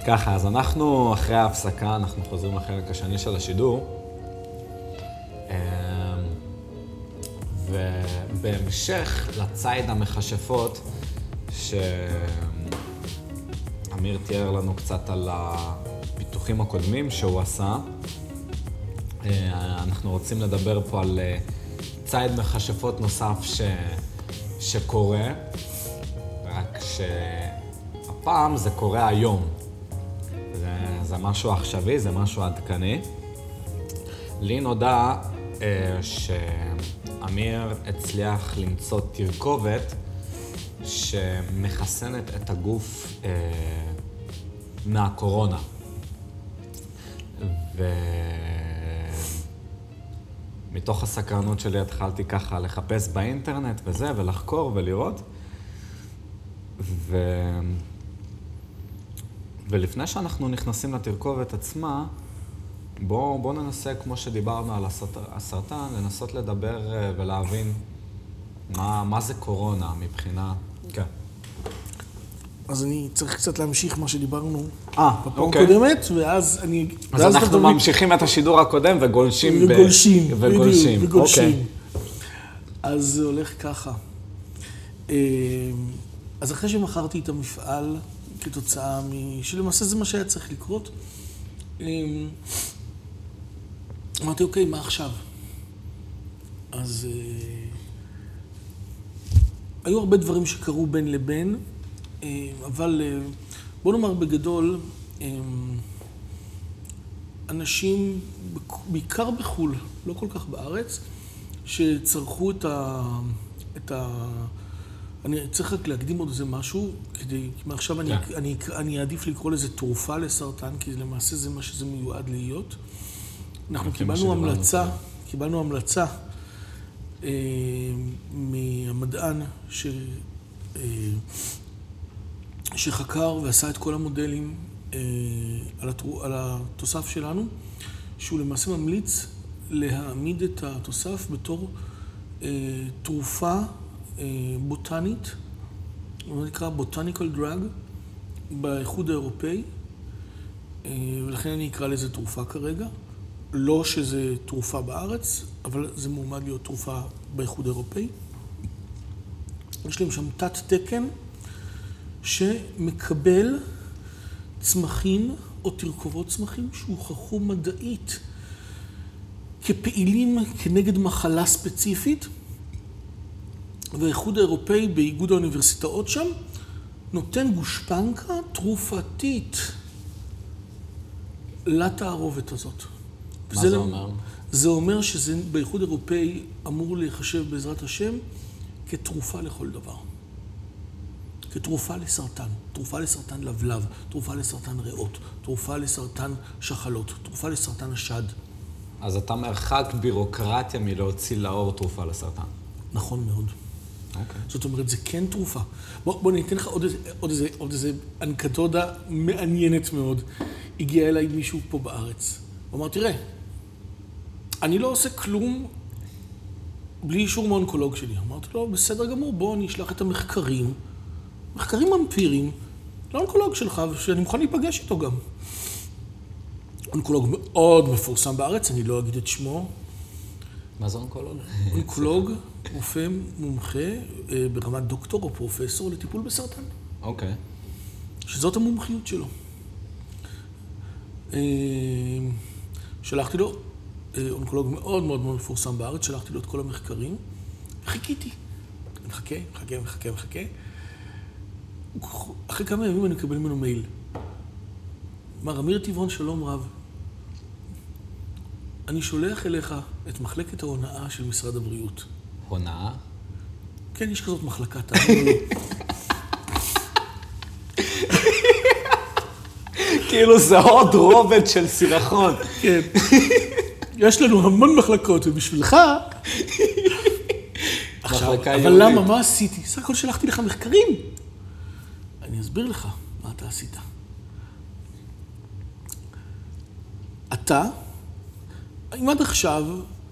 ככה, אז אנחנו אחרי ההפסקה, אנחנו חוזרים לחלק השני של השידור. ובהמשך לציד המכשפות, שאמיר תיאר לנו קצת על הפיתוחים הקודמים שהוא עשה, אנחנו רוצים לדבר פה על ציד מכשפות נוסף שקורה, רק שהפעם זה קורה היום. זה משהו עכשווי, זה משהו עדכני. לי נודע שאמיר הצליח למצוא תרכובת שמחסנת את הגוף מהקורונה. ומתוך הסקרנות שלי התחלתי ככה לחפש באינטרנט וזה, ולחקור ולראות. ולפני שאנחנו נכנסים לתרכובת עצמה, בואו ננסה, כמו שדיברנו על הסרטן, לנסות לדבר ולהבין מה זה קורונה מבחינה. כן. אז אני צריך קצת להמשיך מה שדיברנו בפעם אוקיי. הקודמת, ואז אני... אז אנחנו ממשיכים את השידור הקודם וגולשים. וגולשים. אוקיי. אז זה הולך ככה. אז אחרי שמכרתי את המפעל, כתוצאה שלמעשה זה מה שהיה צריך לקרות, אמרתי, אוקיי, מה עכשיו? אז היו הרבה דברים שקרו בין לבין, אבל בוא נאמר בגדול, אנשים, בעיקר בחול, לא כל כך בארץ, שצרכו את ה... אני צריך רק להקדים עוד איזה משהו, כדי, מעכשיו אני אעדיף לקרוא לזה תרופה לסרטן, כי למעשה זה מה שזה מיועד להיות. אנחנו קיבלנו המלצה מהמדען שחקר ועשה את כל המודלים על התוסף שלנו, שהוא למעשה ממליץ להעמיד את התוסף בתור תרופה בוטנית, זה נקרא Botanical Drug, באיחוד האירופאי, ולכן אני אקרא לזה תרופה כרגע. לא שזה תרופה בארץ, אבל זה מועמד להיות תרופה באיחוד האירופאי. יש להם שם תת תקן שמקבל צמחים או תרכובות צמחים שהוכחו מדעית כפעילים כנגד מחלה ספציפית, והאיחוד האירופאי באיגוד האוניברסיטאות שם נותן גושפנקה תרופתית לתערובת הזאת. מה זה אומר? זה אומר שזה באיחוד האירופאי אמור להיחשב בעזרת השם כתרופה לכל דבר. כתרופה לסרטן, תרופה לסרטן לבלב, תרופה לסרטן ריאות, תרופה לסרטן שחלות, תרופה לסרטן השד. אז אתה מרחק בירוקרטיה מלהוציא לאור תרופה לסרטן. נכון מאוד. אוקיי. זאת אומרת, זה כן תרופה. בוא ניתן לך עוד איזה אנקדוטה מעניינת מאוד. הגיע אליי מישהו פה בארץ. הוא אמר, תראה, אני לא עושה כלום בלי אישור מהאונקולוג שלי. אמרתי לו, בסדר גמור, בוא אני אשלח את המחקרים, מחקרים אמפיריים, לאונקולוג שלך, שאני מוכן להיפגש איתו גם. אונקולוג מאוד מפורסם בארץ, אני לא אגיד את שמו. מה זה אונקולוג? אונקולוג, רופא מומחה ברמת דוקטור או פרופסור לטיפול בסרטן. אוקיי. שזאת המומחיות שלו. שלחתי לו, אונקולוג מאוד מאוד מאוד מפורסם בארץ, שלחתי לו את כל המחקרים, וחיכיתי. מחכה. אחרי כמה ימים אני אקבל ממנו מייל. אמר, אמיר טבעון, שלום רב. אני שולח אליך את מחלקת ההונאה של משרד הבריאות. הונאה? כן, יש כזאת מחלקה, תאמין לי. כאילו זה עוד רובד של סירחון. כן. יש לנו המון מחלקות, ובשבילך... עכשיו, אבל למה? מה עשיתי? סך הכל שלחתי לך מחקרים. אני אסביר לך מה אתה עשית. אתה, אם עד עכשיו,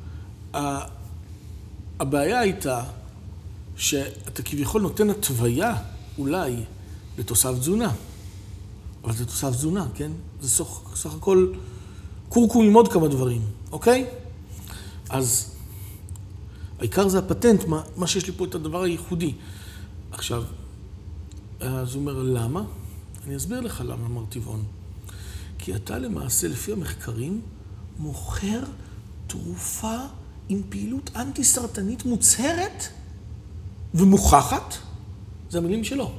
הבעיה הייתה שאתה כביכול נותן התוויה, אולי, לתוסף תזונה. אבל זה תוסף תזונה, כן? זה סך הכל קורקום עם עוד כמה דברים, אוקיי? אז העיקר זה הפטנט, מה שיש לי פה את הדבר הייחודי. עכשיו, אז הוא אומר, למה? אני אסביר לך למה, מר טבעון. כי אתה למעשה, לפי המחקרים, מוכר תרופה עם פעילות אנטי-סרטנית מוצהרת ומוכחת, זה המילים שלו,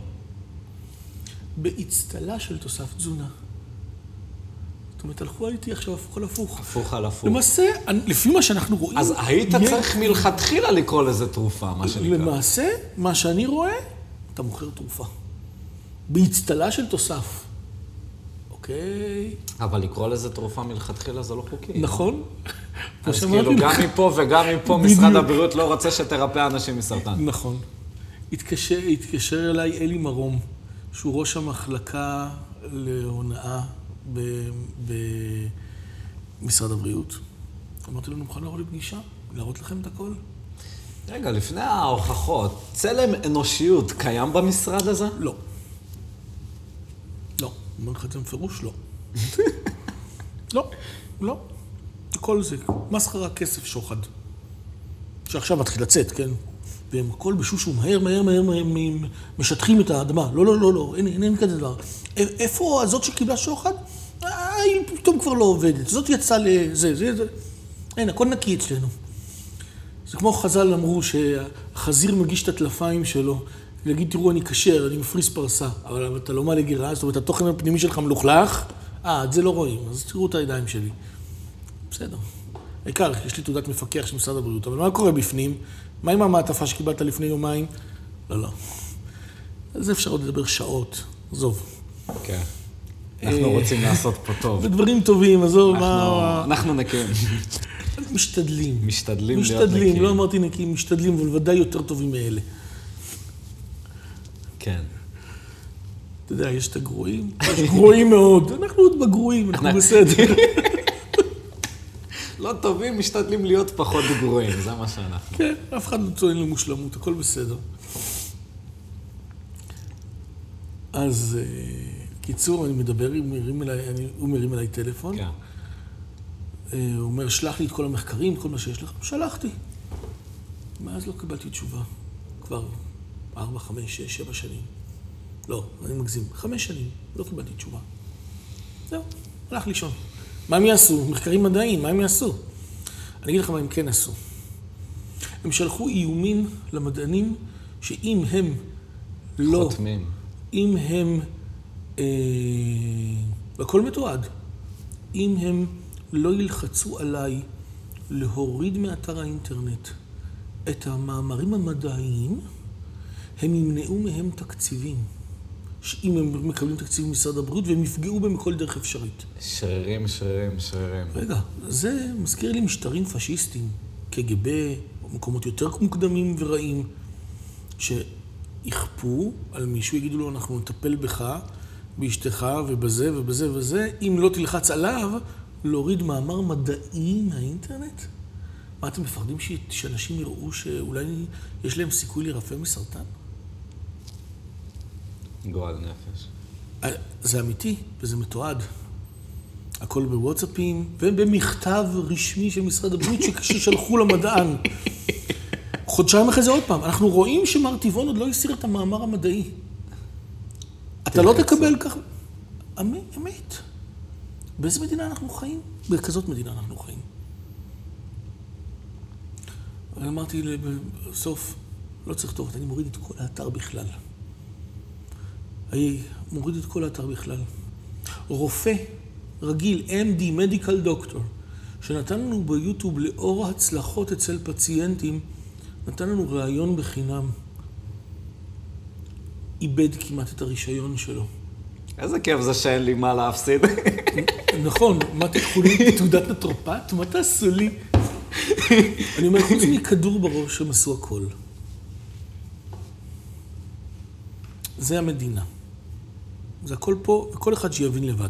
באצטלה של תוסף תזונה. זאת אומרת, הלכו איתי עכשיו הפוך על הפוך. הפוך על הפוך. למעשה, לפי מה שאנחנו רואים... אז היית צריך מלכתחילה לקרוא לזה תרופה, מה שנקרא. למעשה, מה שאני רואה, אתה מוכר תרופה. באצטלה של תוסף. אוקיי? אבל לקרוא לזה תרופה מלכתחילה זה לא חוקי. נכון. אז כאילו גם מפה וגם מפה משרד הבריאות לא רוצה שתרפא אנשים מסרטן. נכון. התקשר אליי אלי מרום, שהוא ראש המחלקה להונאה במשרד הבריאות. אמרתי לו, נוכל לבוא לפגישה, להראות לכם את הכל. רגע, לפני ההוכחות, צלם אנושיות קיים במשרד הזה? לא. לא. אומר לך את זה מפרוש? לא. לא. לא. הכל זה מסחרה, כסף, שוחד. שעכשיו מתחיל לצאת, כן? והם הכל בשושו, מהר, משטחים את האדמה. לא, אין כזה דבר. איפה הזאת שקיבלה שוחד? היא פתאום כבר לא עובדת. זאת יצאה לזה. אין, הכל נקי אצלנו. זה כמו חז"ל אמרו שהחזיר מגיש את הטלפיים שלו, להגיד, תראו, אני קשר, אני מפריס פרסה, אבל אתה לא מעלה גירה, זאת אומרת, התוכן הפנימי שלך מלוכלך, את זה לא רואים, אז תראו את הידיים שלי. בסדר. העיקר, יש לי תעודת מפקח של משרד הבריאות, אבל מה קורה בפנים? מה עם המעטפה שקיבלת לפני יומיים? לא. אז אפשר עוד לדבר שעות, עזוב. כן. אנחנו רוצים לעשות פה טוב. ודברים טובים, עזוב, אנחנו נקים. משתדלים. משתדלים להיות נקיים. לא אמרתי נקיים, משתדלים, אבל ודאי יותר טובים מאלה. כן. אתה יודע, יש את הגרועים, יש גרועים מאוד. אנחנו עוד בגרועים, אנחנו בסדר. לא טובים, משתדלים להיות פחות גרועים, זה מה שאנחנו. כן, אף אחד לא טוען למושלמות, הכל בסדר. אז קיצור, אני מדבר, הוא מרים אליי טלפון. כן. הוא אומר, שלח לי את כל המחקרים, כל מה שיש לך. שלחתי. מאז לא קיבלתי תשובה. כבר 4, 5, 6, 7 שנים. לא, אני מגזים. 5 שנים, לא קיבלתי תשובה. זהו, הלך לישון. מה הם יעשו? מחקרים מדעיים, מה הם יעשו? אני אגיד לך מה הם כן עשו. הם שלחו איומים למדענים שאם הם לא... חותמים. אם הם... והכל מתועד. אם הם לא ילחצו עליי להוריד מאתר האינטרנט את המאמרים המדעיים, הם ימנעו מהם תקציבים. שאם הם מקבלים תקציב ממשרד הבריאות, והם יפגעו בהם מכל דרך אפשרית. שרירים. רגע, זה מזכיר לי משטרים פשיסטיים, קג"ב, מקומות יותר מוקדמים ורעים, שיכפו על מישהו, יגידו לו, אנחנו נטפל בך, באשתך ובזה ובזה וזה, אם לא תלחץ עליו, להוריד מאמר מדעי מהאינטרנט? מה, אתם מפחדים שאנשים יראו שאולי יש להם סיכוי להירפא מסרטן? גועל נפש. זה אמיתי, וזה מתועד. הכל בוואטסאפים, ובמכתב רשמי של משרד הבריאות ששלחו למדען. חודשיים אחרי זה עוד פעם. אנחנו רואים שמר טבעון עוד לא הסיר את המאמר המדעי. אתה לא תקבל כך... אמת. באיזה מדינה אנחנו חיים? בכזאת מדינה אנחנו חיים. אבל אמרתי בסוף, לא צריך טוב, אני מוריד את כל האתר בכלל. מוריד את כל האתר בכלל. רופא רגיל, MD, Medical Doctor, שנתן לנו ביוטיוב לאור הצלחות אצל פציינטים, נתן לנו ראיון בחינם. איבד כמעט את הרישיון שלו. איזה כיף זה שאין לי מה להפסיד. נכון, מה תקחו לי תעודת נטרופט? מה תעשו לי? אני אומר, חוץ מכדור בראש, הם עשו הכל. זה המדינה. זה הכל פה, וכל אחד שיבין לבד.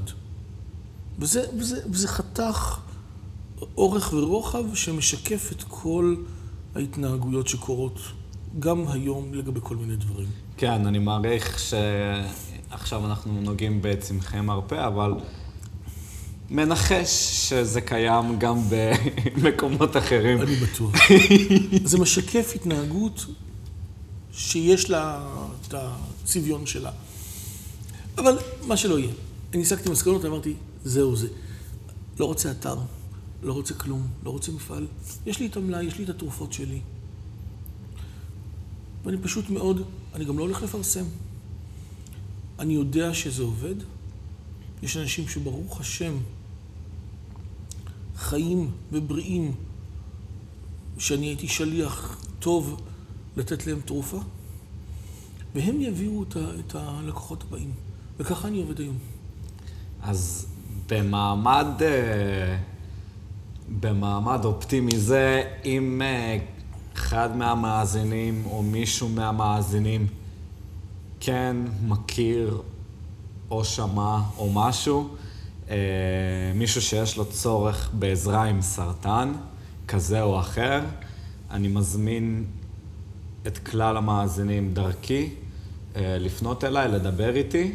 וזה חתך אורך ורוחב שמשקף את כל ההתנהגויות שקורות גם היום לגבי כל מיני דברים. כן, אני מעריך עכשיו אנחנו נוגעים בצמחי מרפא, אבל מנחש שזה קיים גם במקומות אחרים. אני בטוח. זה משקף התנהגות שיש לה את הצביון שלה. אבל מה שלא יהיה. אני הסקתי מסקנות, אמרתי, זהו זה. לא רוצה אתר, לא רוצה כלום, לא רוצה מפעל. יש לי את המלאי, יש לי את התרופות שלי. ואני פשוט מאוד, אני גם לא הולך לפרסם. אני יודע שזה עובד. יש אנשים שברוך השם, חיים ובריאים, שאני הייתי שליח טוב לתת להם תרופה, והם יביאו את הלקוחות הבאים. וככה אני עובד היום. אז במעמד אופטימי זה, אם אחד מהמאזינים או מישהו מהמאזינים כן מכיר או שמע או משהו, מישהו שיש לו צורך בעזרה עם סרטן כזה או אחר, אני מזמין את כלל המאזינים דרכי לפנות אליי, לדבר איתי,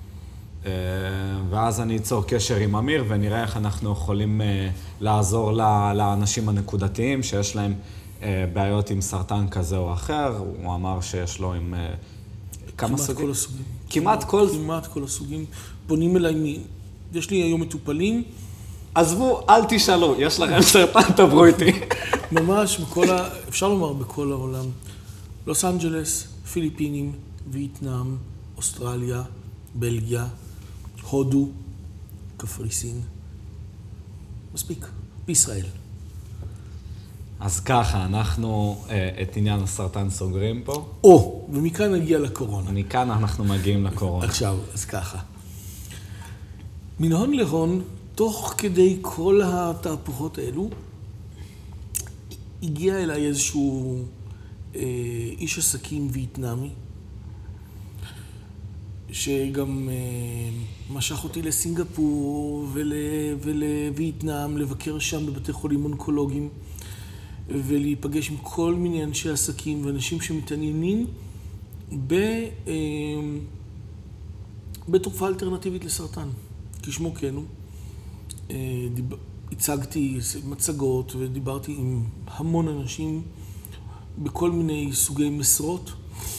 ואז אני אצור קשר עם אמיר ונראה איך אנחנו יכולים לעזור לאנשים הנקודתיים שיש להם בעיות עם סרטן כזה או אחר. הוא אמר שיש לו עם כמה סוגים? כמעט כל הסוגים. כמעט כל הסוגים. פונים אליי יש לי היום מטופלים. עזבו, אל תשאלו, יש לכם סרטן, תברו איתי. ממש, אפשר לומר בכל העולם. לוס אנג'לס, פיליפינים, וייטנאם, אוסטרליה, בלגיה, הודו, קפריסין. מספיק, בישראל. אז ככה, אנחנו את עניין הסרטן סוגרים פה. ומכאן נגיע לקורונה. מכאן אנחנו מגיעים לקורונה. עכשיו, אז ככה. מן הון להון, תוך כדי כל התהפוכות האלו, הגיע אליי איזשהו איש עסקים וייטנאמי, שגם משך אותי לסינגפור ולווייטנאם, לבקר שם בבתי חולים אונקולוגיים, ולהיפגש עם כל מיני אנשי עסקים ואנשים שמתעניינים בתרופה אלטרנטיבית לסרטן. כשמו כן הוא. הצגתי מצגות ודיברתי עם המון אנשים בכל מיני סוגי משרות.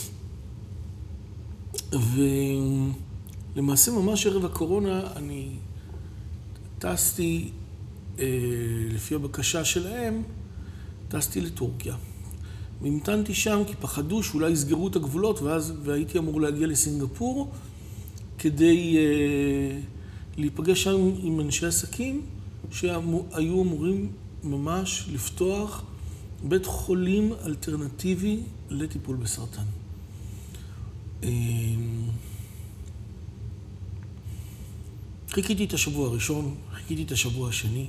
ולמעשה ממש ערב הקורונה אני טסתי, לפי הבקשה שלהם, טסתי לטורקיה. והמתנתי שם כי פחדו שאולי יסגרו את הגבולות, והייתי אמור להגיע לסינגפור כדי להיפגש שם עם אנשי עסקים שהיו אמורים ממש לפתוח בית חולים אלטרנטיבי לטיפול בסרטן. חיכיתי את השבוע הראשון, חיכיתי את השבוע השני.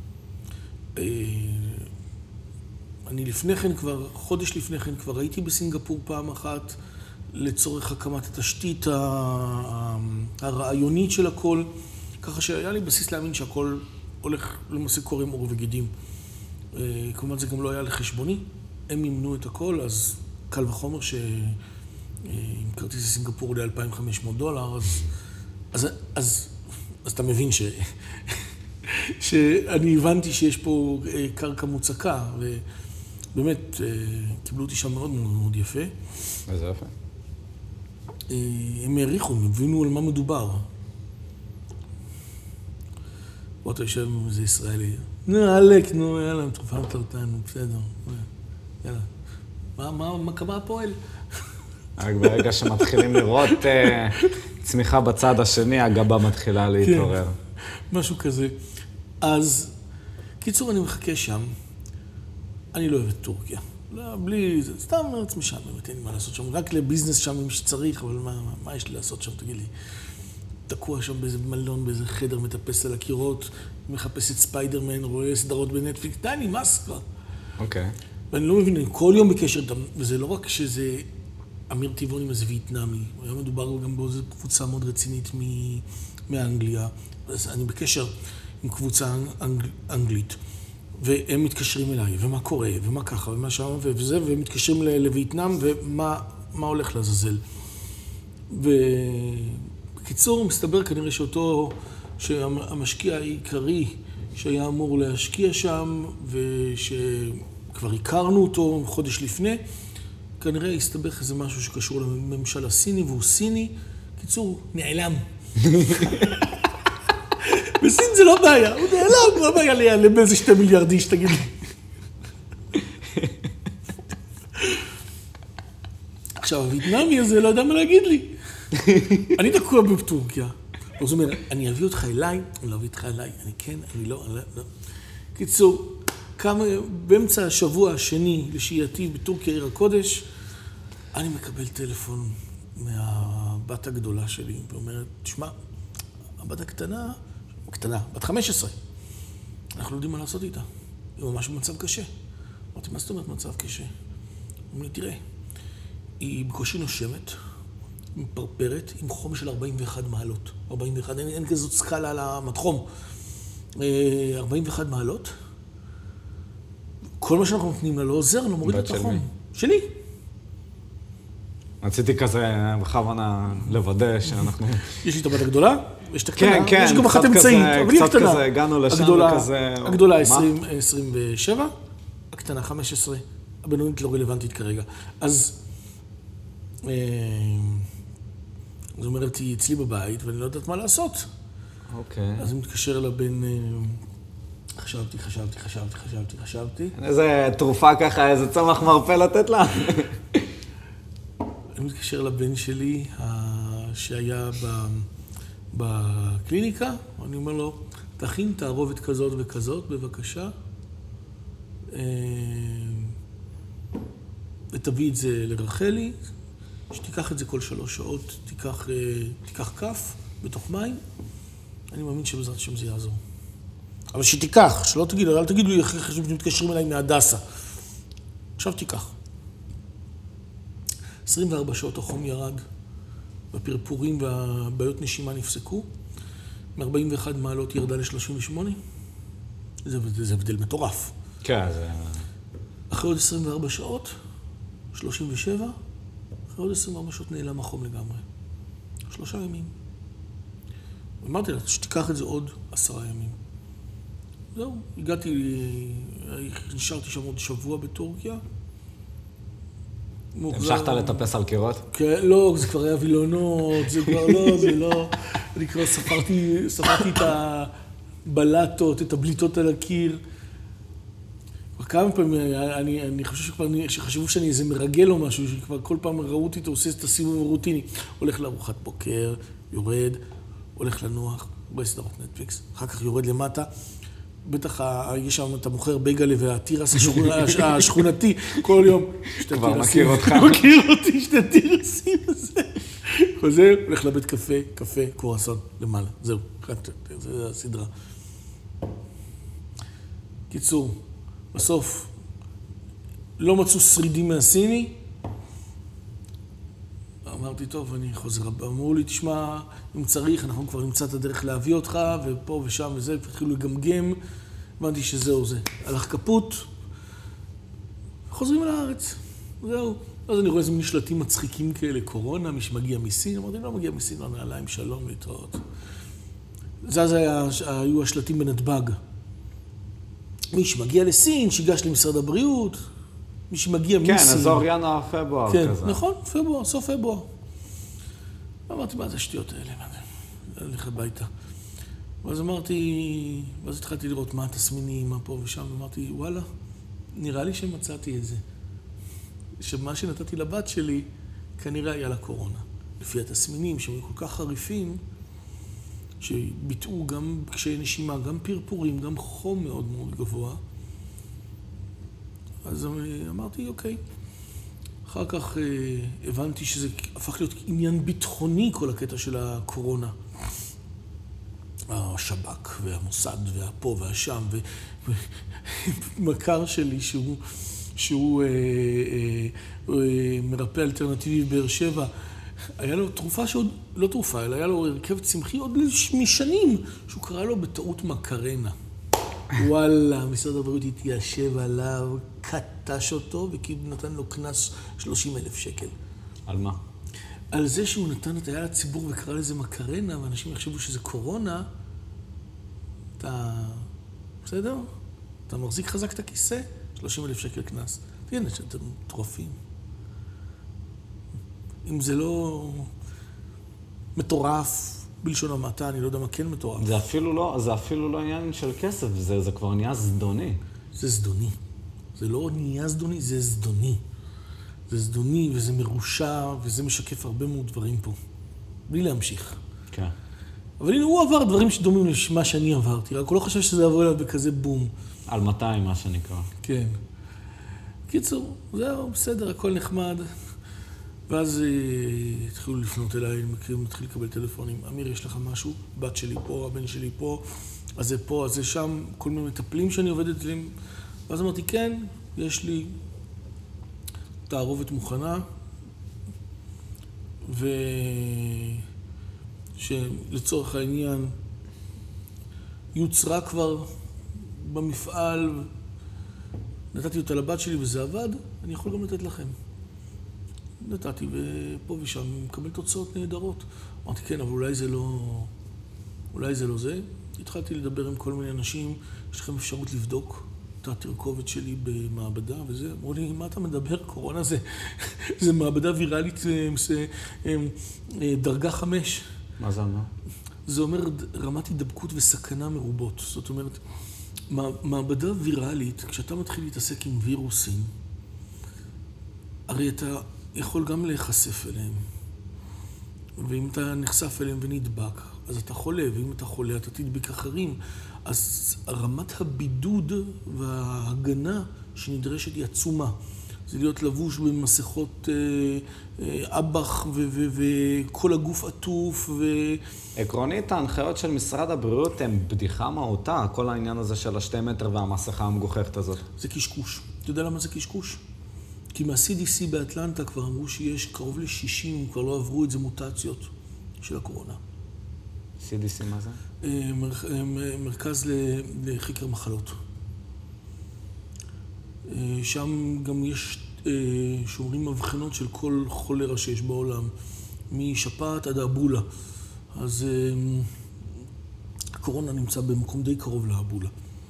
אני לפני כן חודש לפני כן כבר הייתי בסינגפור פעם אחת לצורך הקמת התשתית הרעיונית של הכל, ככה שהיה לי בסיס להאמין שהכל הולך למעשה קורם עור וגידים. כמובן זה גם לא היה לחשבוני, הם מימנו את הכל, אז קל וחומר עם כרטיס לסינגפור ל$2,500, אז אתה מבין שאני הבנתי שיש פה קרקע מוצקה, ובאמת קיבלו אותי שם מאוד מאוד יפה. איזה יפה. הם העריכו, הם הבינו על מה מדובר. בוא אתה יושב עם איזה ישראלי, אלק, יאללה, תרופה סרטן, בסדר, יאללה. מה קבע הפועל? רק ברגע שמתחילים לראות צמיחה בצד השני, הגבה מתחילה להתעורר. משהו כזה. אז, קיצור, אני מחכה שם. אני לא אוהב את טורקיה. לא, בלי, זה סתם ארץ משם, באמת אין לי מה לעשות שם. רק לביזנס שם אם שצריך, אבל מה יש לי לעשות שם, תגיד לי? תקוע שם באיזה מלון, באיזה חדר, מטפס על הקירות, מחפש את ספיידרמן, רואה סדרות בנטפליקס, די, נמאס כבר. אוקיי. ואני לא מבין, אני כל יום בקשר איתם, וזה לא רק שזה אמיר טבעוני, איזה וייטנאמי, היה מדובר גם באיזו קבוצה מאוד רצינית מאנגליה, אז אני בקשר עם קבוצה אנגלית, והם מתקשרים אליי, ומה קורה, ומה ככה, ומה שם, וזה, והם מתקשרים לווייטנאם, ומה הולך לעזאזל. קיצור, מסתבר כנראה שהמשקיע העיקרי שהיה אמור להשקיע שם, ושכבר הכרנו אותו חודש לפני, כנראה הסתבך איזה משהו שקשור לממשל הסיני, והוא סיני. קיצור, נעלם. בסין זה לא בעיה, הוא נעלם, לא בעיה להיעלם באיזה 2 מיליארד איש, תגיד לי. עכשיו, הווייטנאמי הזה לא יודע מה להגיד לי. אני תקוע בטורקיה. זאת אומרת, אני אביא אותך אליי, אני לא אביא אותך אליי, אני כן, אני לא. קיצור, באמצע השבוע השני לשהייתי בטורקיה עיר הקודש, אני מקבל טלפון מהבת הגדולה שלי, ואומרת, תשמע, הבת הקטנה, בת 15, אנחנו לא יודעים מה לעשות איתה. היא ממש במצב קשה. אמרתי, מה זאת אומרת מצב קשה? אמרו לי, תראה, היא בקושי נושמת, מפרפרת, עם חום של 41 מעלות. 41, אין כזאת סקאלה על המתחום. 41 מעלות. כל מה שאנחנו נותנים לה לא עוזר, לא מוריד את החום. שלי. רציתי כזה בכוונה לוודא שאנחנו... יש לי את הבת הגדולה, יש את הקטנה, כן, כן, יש גם אחת אמצעית, אבל היא קצת הקטנה. כזה, הגענו לשם וכזה... הגדולה 27, הקטנה 15, הבינונית לא רלוונטית כרגע. אז זאת אומרת, היא אצלי בבית, ואני לא יודעת מה לעשות. אוקיי. אז אני מתקשר לבן... חשבתי. איזה תרופה ככה, איזה צמח מרפא לתת לה. אני מתקשר לבן שלי, שהיה בקליניקה, אני אומר לו, תכין תערובת כזאת וכזאת, בבקשה. ותביא את זה לרחלי, שתיקח את זה כל 3 שעות, תיקח כף בתוך מים. אני מאמין שבעזרת השם זה יעזור. אבל שתיקח, שלא תגיד, אל תגידו לי אחרי שמתקשרים אליי מהדסה. עכשיו תיקח. 24 שעות החום ירד, והפרפורים והבעיות נשימה נפסקו. מ-41 מעלות ירדה ל-38. זה הבדל מטורף. כן, זה... אחרי עוד 24 שעות, 37, אחרי עוד 24 שעות נעלם החום לגמרי. 3 ימים. אמרתי לה, שתיקח את זה עוד 10 ימים. זהו, נשארתי שם עוד שבוע בטורקיה. המשכת לטפס על קירות? כן, לא, זה כבר היה וילונות, זה כבר לא, זה לא... אני כבר ספרתי את הבלטות, את הבליטות על הקיר. כמה פעמים, אני חושב שחשבו שאני איזה מרגל או משהו, שכבר כל פעם ראו אותי, אתה עושה את הסיבוב הרוטיני. הולך לארוחת בוקר, יורד, הולך לנוח, רואה סדרת נטפליקס, אחר כך יורד למטה. בטח יש שם, אתה מוכר בייגלה והתירס השכונתי כל יום. כבר מכיר אותך. מכיר אותי, 2 תירסים הזה. חוזר, הולך לבית קפה, קורסון, למעלה. זהו, זה הסדרה. קיצור, בסוף, לא מצאו שרידים מהסיני. אמרתי, טוב, אני חוזר. אמרו לי, תשמע, אם צריך, אנחנו כבר נמצא את הדרך להביא אותך, ופה ושם וזה, התחילו לגמגם. הבנתי שזהו זה. הלך כפות, חוזרים לארץ. זהו. אז אני רואה איזה מין שלטים מצחיקים כאלה, קורונה, מי שמגיע מסין. אמרתי, לא מגיע מסין, לא נעליים, שלום, להתראות. אז היו השלטים בנתב"ג. מי שמגיע לסין, שיגש למשרד הבריאות. מי שמגיע מסין. כן, אזור ינואר, פברואר כזה. כן, נכון, פברואר, סוף פברואר. אמרתי, מה זה השטויות האלה? אני הולך הביתה. ואז ואז התחלתי לראות מה התסמינים, מה פה ושם, ואמרתי, וואלה, נראה לי שמצאתי את זה. שמה שנתתי לבת שלי, כנראה היה לה קורונה. לפי התסמינים, שהם כל כך חריפים, שביטאו גם קשיי נשימה, גם פרפורים, גם חום מאוד מאוד גבוה. אז אמרתי, אוקיי. אחר כך הבנתי שזה הפך להיות עניין ביטחוני, כל הקטע של הקורונה. השב"כ והמוסד והפה והשם, ומכר שלי שהוא מרפא אלטרנטיבי בבאר שבע, היה לו תרופה שעוד, לא תרופה, אלא היה לו הרכב צמחי עוד משנים, שהוא קרא לו בטעות מקרנה. וואלה, משרד הבריאות התיישב עליו, קטש אותו, ונתן לו קנס 30,000 שקל. על מה? על זה שהוא נתן את היד לציבור וקרא לזה מקרנה, ואנשים יחשבו שזה קורונה, אתה... בסדר? אתה מחזיק חזק את הכיסא, 30,000 שקל קנס. תראה, שאתם מטורפים. אם זה לא מטורף בלשון המעטה, אני לא יודע מה כן מטורף. זה אפילו לא עניין של כסף, זה כבר נהיה זדוני. זה זדוני. זה לא נהיה זדוני, זה זדוני. זה זדוני וזה מרושע, וזה משקף הרבה מאוד דברים פה. בלי להמשיך. כן. אבל הנה, הוא עבר דברים שדומים למה שאני עברתי, רק הוא לא חושב שזה יבוא אליו בכזה בום. על 200, מה שנקרא. כן. קיצור, זהו, בסדר, הכל נחמד. ואז התחילו לפנות אליי, מתחיל לקבל טלפונים. אמיר, יש לך משהו? בת שלי פה, הבן שלי פה, אז זה פה, אז זה שם, כל מיני מטפלים שאני עובדת עליהם. ואז אמרתי, כן, יש לי תערובת מוכנה, שלצורך העניין יוצרה כבר במפעל, נתתי אותה לבת שלי וזה עבד, אני יכול גם לתת לכם. נתתי ופה ושם מקבל תוצאות נהדרות. אמרתי, כן, אבל אולי זה לא זה. התחלתי לדבר עם כל מיני אנשים, יש לכם אפשרות לבדוק את התרכובת שלי במעבדה וזה. אמרו לי, מה אתה מדבר? קורונה זה מעבדה ויראלית, זה דרגה 5. מה זה אומר? זה אומר רמת הידבקות וסכנה מרובות. זאת אומרת, מעבדה ויראלית, כשאתה מתחיל להתעסק עם וירוסים, הרי אתה יכול גם להיחשף אליהם. ואם אתה נחשף אליהם ונדבק, אז אתה חולה, ואם אתה חולה, אתה תדביק אחרים. אז רמת הבידוד וההגנה שנדרשת היא עצומה. זה להיות לבוש במסכות אב"ח וכל הגוף עטוף עקרונית, ההנחיות של משרד הבריאות הן בדיחה מהותה, כל העניין הזה של 2 מטר והמסכה המגוחכת הזאת. זה קשקוש. אתה יודע למה זה קשקוש? כי מה-CDC באטלנטה כבר אמרו שיש קרוב ל-60, כבר לא עברו את זה מוטציות של הקורונה. CDC מה זה? מרכז לחקר מחלות. שם גם יש שומרים מבחנות של כל חולרה שיש בעולם, משפעת עד האבולה. אז הקורונה נמצא במקום די קרוב לאבולה.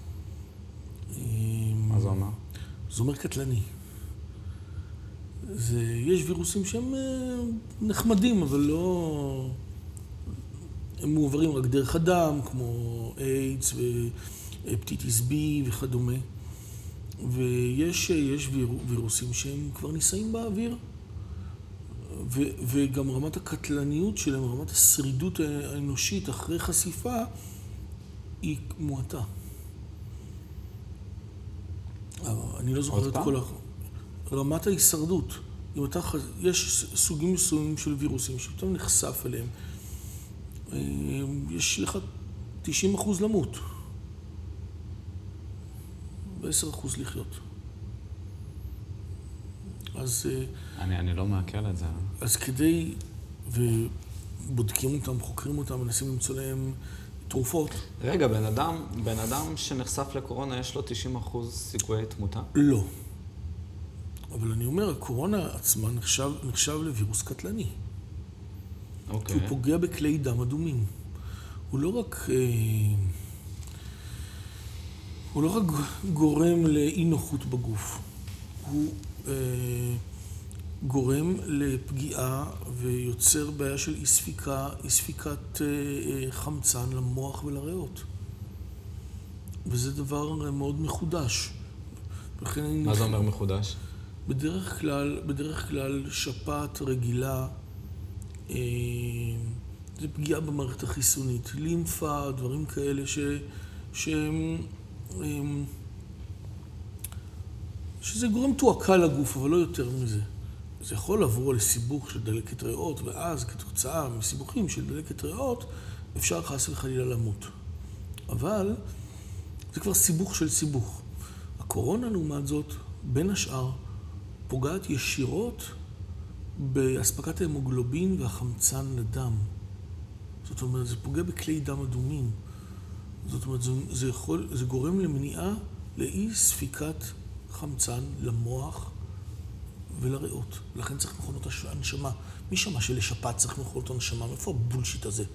מה זה אומר? זה אומר קטלני. יש וירוסים שהם נחמדים, אבל לא... הם מעוברים רק דרך הדם, כמו איידס והפטיטיס B וכדומה. ויש וירוסים שהם כבר נישאים באוויר. וגם רמת הקטלניות שלהם, רמת השרידות האנושית אחרי חשיפה, היא מועטה. אני לא זוכר את כל רמת ההישרדות. יש סוגים מסוימים של וירוסים שאתה נחשף אליהם. יש לך 90% למות. ו10% לחיות. אז... אני לא מעכל את זה. אז כדי... ובודקים אותם, חוקרים אותם, מנסים למצוא להם תרופות. רגע, בן אדם שנחשף לקורונה, יש לו 90% סיכויי תמותה? לא. אבל אני אומר, הקורונה עצמה נחשב לווירוס קטלני. אוקיי. הוא פוגע בכלי דם אדומים. הוא לא רק גורם לאי נוחות בגוף. הוא גורם לפגיעה ויוצר בעיה של אי ספיקת חמצן למוח ולריאות. וזה דבר מאוד מחודש. מה זה אומר מחודש? בדרך כלל שפעת רגילה, זה פגיעה במערכת החיסונית, לימפה, דברים כאלה שזה גורם תועקה לגוף, אבל לא יותר מזה. זה יכול לעבור לסיבוך של דלקת ריאות, ואז כתוצאה מסיבוכים של דלקת ריאות, אפשר חס וחלילה למות. אבל זה כבר סיבוך של סיבוך. הקורונה, לעומת זאת, בין השאר, פוגעת ישירות באספקת ההמוגלובין והחמצן לדם. זאת אומרת, זה פוגע בכלי דם אדומים. זאת אומרת, זה גורם למניעה לאי ספיקת חמצן למוח ולריאות. לכן צריך מכונות הנשמה מי שמע שלשפעת צריך מכונות הנשמה? מאיפה הבולשיט הזה?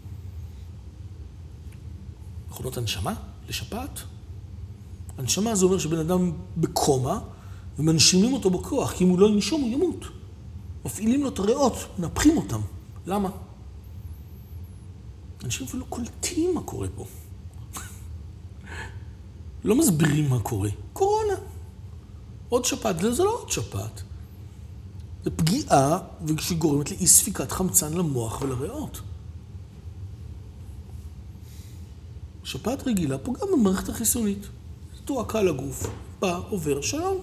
מכונות הנשמה? לשפעת? הנשמה זה אומר שבן אדם בקומה, ומנשימים אותו בכוח, כי אם הוא לא ינשום הוא ימות. מפעילים לו את הריאות, מנפחים אותם. למה? אנשים אפילו קולטים מה קורה פה. לא מסבירים מה קורה. קורונה. עוד שפעת, זה לא עוד שפעת. זה פגיעה שגורמת לאי ספיקת חמצן למוח ולריאות. שפעת רגילה פוגעה במערכת החיסונית. תועקה לגוף, בא, עובר, שלום.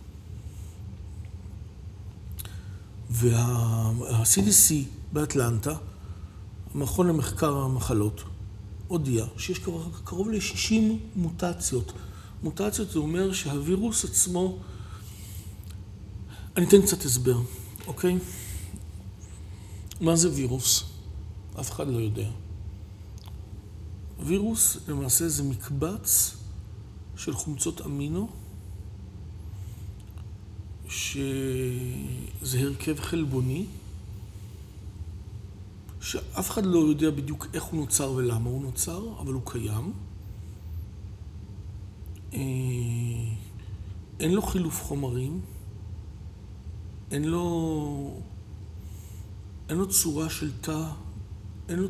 וה-CDC באטלנטה, המכון למחקר המחלות, הודיע שיש קרוב ל-60 מוטציות. מוטציות זה אומר שהווירוס עצמו... אני אתן קצת הסבר, אוקיי? מה זה וירוס? אף אחד לא יודע. וירוס למעשה זה מקבץ של חומצות אמינו, שזה הרכב חלבוני, שאף אחד לא יודע בדיוק איך הוא נוצר ולמה הוא נוצר, אבל הוא קיים. אין לו חילוף חומרים, אין לו צורה של תא, אין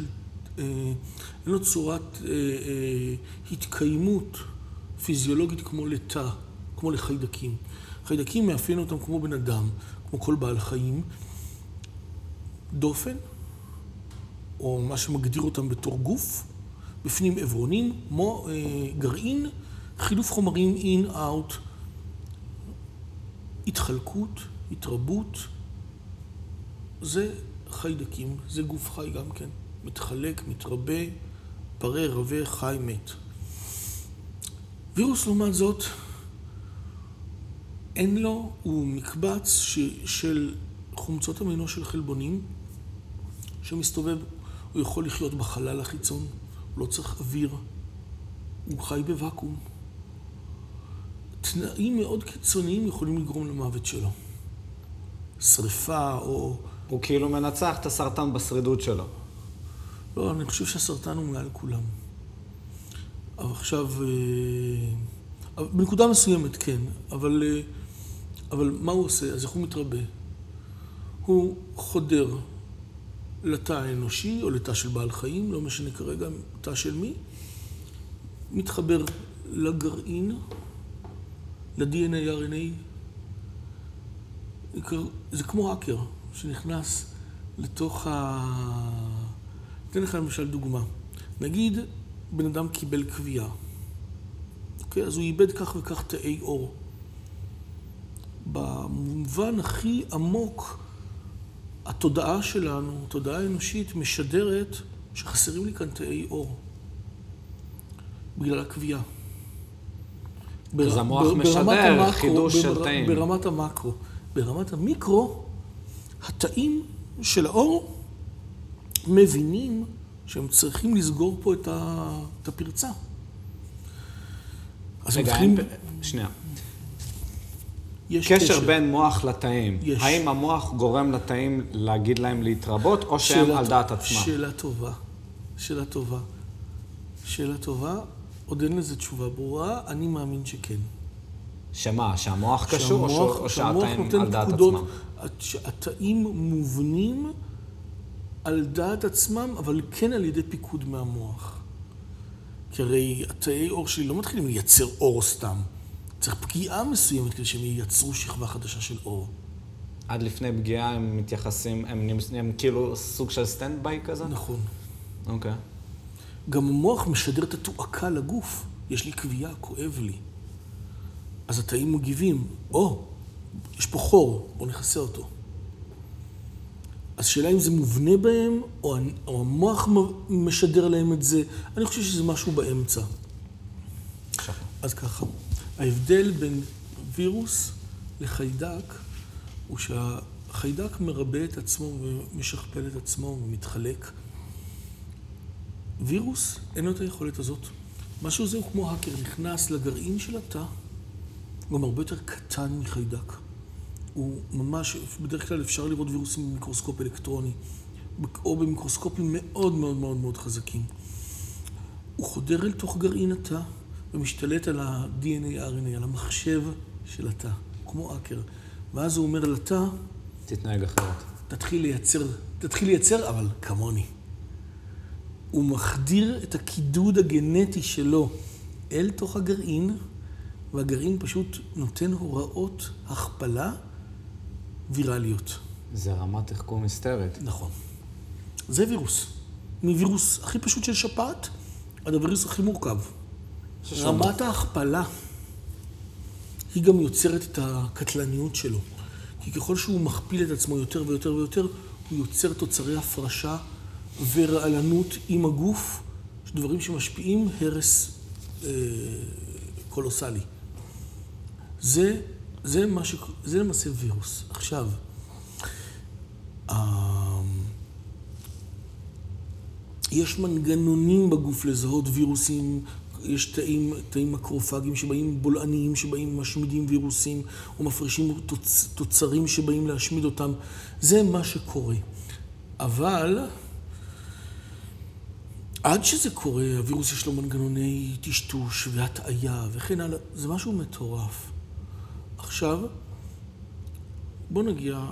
לו צורת התקיימות פיזיולוגית כמו לתא, כמו לחיידקים. חיידקים מאפיין אותם כמו בן אדם, כמו כל בעל חיים. דופן, או מה שמגדיר אותם בתור גוף, בפנים עברונים, גרעין, חילוף חומרים in, out, התחלקות, התרבות, זה חיידקים, זה גוף חי גם כן. מתחלק, מתרבה, פרה, רבה, חי, מת. וירוס לעומת זאת, אין לו, הוא מקבץ של חומצות אמינו של חלבונים, שמסתובב, הוא יכול לחיות בחלל החיצון, הוא לא צריך אוויר, הוא חי בוואקום. תנאים מאוד קיצוניים יכולים לגרום למוות שלו. שריפה או... הוא כאילו מנצח את הסרטן בשרידות שלו. לא, אני חושב שהסרטן הוא מעל כולם. אבל עכשיו... בנקודה מסוימת, כן. אבל מה הוא עושה? אז איך הוא מתרבה? הוא חודר לתא האנושי או לתא של בעל חיים, לא משנה כרגע, תא של מי. מתחבר לגרעין, ל-DNA, RNA. זה כמו האקר שנכנס לתוך אתן לך למשל דוגמה. נגיד, בן אדם קיבל קביעה. אוקיי? אז הוא איבד כך וכך תאי אור. במובן הכי עמוק, התודעה שלנו, התודעה האנושית, משדרת שחסרים לי כאן תאי אור. בגלל הקביעה. אז המוח משדר חידוש של תאים. ברמת המקרו. ברמת המיקרו, התאים של האור מבינים שהם צריכים לסגור פה את הפרצה. רגע, שנייה. קשר בין מוח לתאים. האם המוח גורם לתאים להגיד להם להתרבות, או שהם על דעת עצמם? שאלה טובה. עוד אין לזה תשובה ברורה, אני מאמין שכן. שמה? שהמוח קשור או שהתאים על דעת עצמם? שהתאים מובנים על דעת עצמם, אבל כן על ידי פיקוד מהמוח. כי הרי התאי אור שלי לא מתחילים לייצר אור סתם. צריך פגיעה מסוימת כדי שהם ייצרו שכבה חדשה של אור. עד לפני פגיעה הם מתייחסים, הם כאילו סוג של סטנד-ביי כזה? נכון. אוקיי. גם המוח משדר את התועקה לגוף. יש לי קביעה, כואב לי. אז התאים מגיבים, יש פה חור, בוא נכסה אותו. אז שאלה אם זה מובנה בהם, או המוח משדר להם את זה. אני חושב שזה משהו באמצע. אז ככה, ההבדל בין וירוס לחיידק, הוא שהחיידק מרבה את עצמו ומשכפל את עצמו ומתחלק. וירוס אין לו את היכולת הזאת. משהו זה הוא כמו האקר, נכנס לגרעין של התא, גם הרבה יותר קטן מחיידק. הוא ממש, בדרך כלל אפשר לראות וירוסים במיקרוסקופ אלקטרוני, או במיקרוסקופים מאוד מאוד מאוד מאוד חזקים. הוא חודר אל תוך גרעין התא ומשתלט על ה-DNA, RNA, על המחשב של התא, כמו אקר. ואז הוא אומר לתא, תתנהג אחרת. תתחיל לייצר, אבל כמוני. הוא מחדיר את הקידוד הגנטי שלו אל תוך הגרעין, והגרעין פשוט נותן הוראות הכפלה ויראליות. זה רמת תחכום היסטרית. נכון. זה וירוס. מווירוס הכי פשוט של שפעת, עד הווירוס הכי מורכב. רמת ההכפלה היא גם יוצרת את הקטלניות שלו. כי ככל שהוא מכפיל את עצמו יותר ויותר ויותר, הוא יוצר תוצרי הפרשה ורעלנות עם הגוף, דברים שמשפיעים הרס קולוסלי. זה למעשה וירוס. עכשיו, יש מנגנונים בגוף לזהות וירוסים, יש תאים מקרופגים שבאים בולעניים, שבאים משמידים וירוסים, או מפרישים תוצרים שבאים להשמיד אותם. זה מה שקורה. אבל עד שזה קורה, הווירוס יש לו מנגנוני טשטוש והטעיה וכן הלאה. זה משהו מטורף. עכשיו, בוא נגיע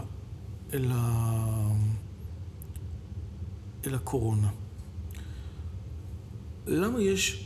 אל הקורונה. למה יש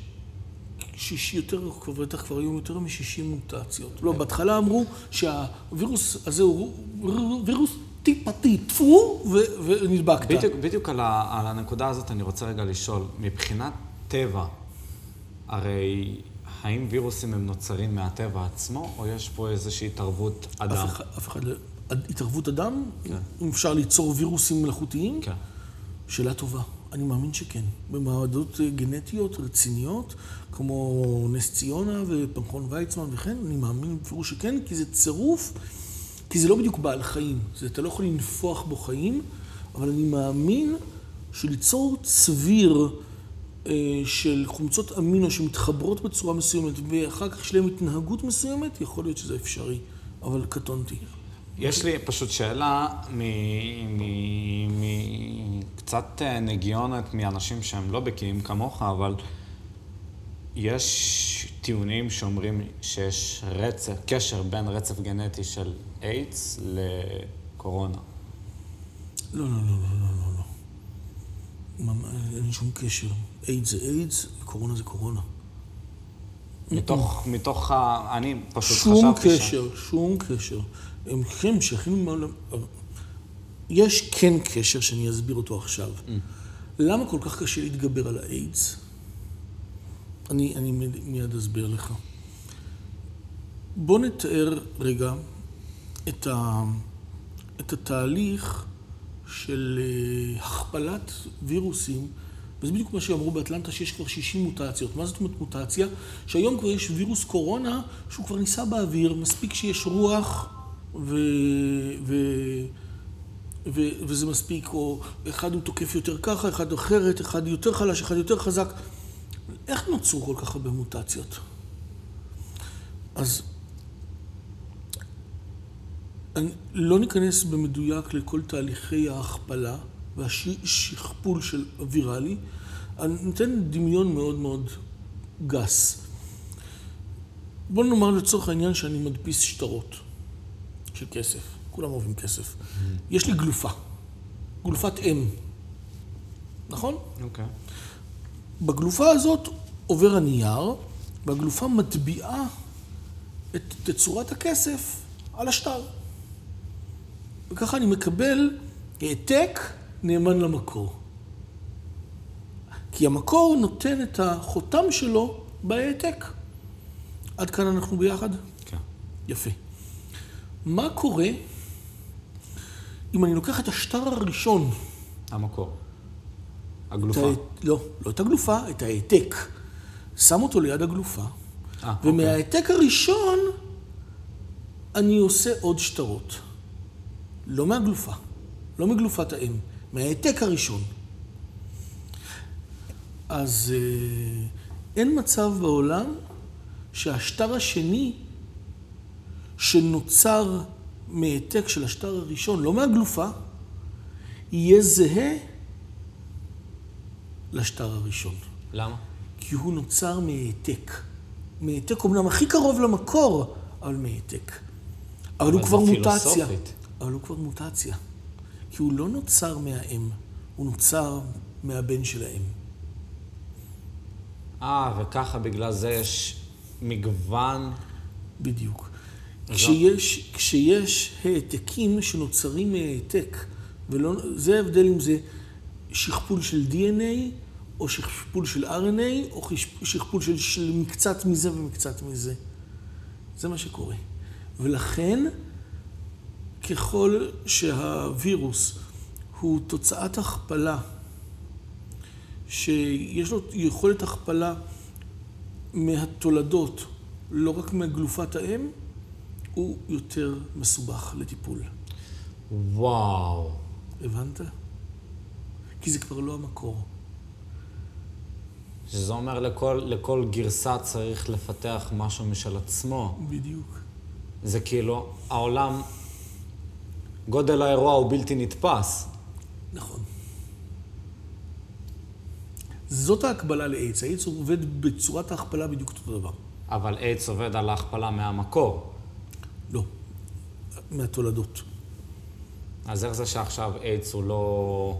כבר היום יותר מ-60 מוטציות? לא, בהתחלה אמרו שהווירוס הזה הוא וירוס טיפתי, טפו, ונדבקת. בדיוק על הנקודה הזאת אני רוצה רגע לשאול, מבחינת טבע, הרי האם וירוסים הם נוצרים מהטבע עצמו, או יש פה איזושהי התערבות אדם? אף אחד לא. התערבות אדם? כן. אם אפשר ליצור וירוסים מלאכותיים? כן. שאלה טובה. אני מאמין שכן. במעבדות גנטיות רציניות, כמו נס ציונה ופנחון ויצמן וכן, אני מאמין בפירוש שכן, כי זה צירוף, כי זה לא בדיוק בעל חיים. אתה לא יכול לנפוח בו חיים, אבל אני מאמין שליצור צביר של חומצות אמינו שמתחברות בצורה מסוימת, ואחר כך יש להם התנהגות מסוימת, יכול להיות שזה אפשרי, אבל קטונתי. יש לי פשוט שאלה קצת נגיונת מאנשים שהם לא בקיאים כמוך, אבל יש טיעונים שאומרים שיש קשר בין רצף גנטי של איידס לקורונה. לא. אין שום קשר. איידס זה איידס, קורונה זה קורונה. אני פשוט חשבתי שום קשר. הם כן שייכים מעולם. יש כן קשר שאני אסביר אותו עכשיו. למה כל כך קשה להתגבר על האיידס? אני מיד אסביר לך. בוא נתאר רגע את התהליך של הכפלת וירוסים, וזה בדיוק מה שאמרו באטלנטה, שיש כבר 60 מוטציות. מה זאת אומרת מוטציה? שהיום כבר יש וירוס קורונה שהוא כבר ניסה באוויר, מספיק שיש רוח וזה מספיק, או אחד הוא תוקף יותר ככה, אחד אחרת, אחד יותר חלש, אחד יותר חזק. איך נוצרו כל כך הרבה מוטציות? אז לא ניכנס במדויק לכל תהליכי ההכפלה והשכפול של הוויראלי. אני ניתן דמיון מאוד מאוד גס. בוא נאמר לצורך העניין שאני מדפיס שטרות של כסף. כולם אוהבים כסף. יש לי גלופה. גלופת אם. נכון? אוקיי. בגלופה הזאת עובר הנייר, והגלופה מטביעה את תצורת הכסף על השטר. וככה אני מקבל העתק נאמן למקור. כי המקור נותן את החותם שלו בהעתק. עד כאן אנחנו ביחד? כן. יפה. מה קורה אם אני לוקח את השטר הראשון? המקור. הגלופה. לא את הגלופה, את העתק. שם אותו ליד הגלופה, ומהעתק הראשון אני עושה עוד שטרות. לא מהגלופה, לא מגלופת האם, מהעתק הראשון. אז אין מצב בעולם שהשטר השני שנוצר מהעתק של השטר הראשון, לא מהגלופה, יהיה זהה לשטר הראשון. למה? כי הוא נוצר מהעתק. מהעתק אומנם הכי קרוב למקור, אבל מהעתק. אבל הוא כבר מוטציה. אבל הוא כבר מוטציה. כי הוא לא נוצר מהאם, הוא נוצר מהבן של האם. וככה בגלל זה יש מגוון... בדיוק. כשיש העתקים שנוצרים מהעתק, זה ההבדל אם זה שכפול של DNA, או שכפול של RNA, או שכפול של מקצת מזה ומקצת מזה. זה מה שקורה. ולכן, ככל שהווירוס הוא תוצאת הכפלה, שיש לו יכולת הכפלה מהתולדות, לא רק מגלופת האם, הוא יותר מסובך לטיפול. וואו. הבנת? כי זה כבר לא המקור. שזה אומר לכל גרסה צריך לפתח משהו משל עצמו. בדיוק. זה כאילו, העולם, גודל האירוע הוא בלתי נתפס. נכון. זאת ההקבלה לאיידס. האיידס עובד בצורת ההכפלה בדיוק אותו דבר. אבל איידס עובד על ההכפלה מהמקור. לא, מהתולדות. אז איך זה שעכשיו איידס הוא לא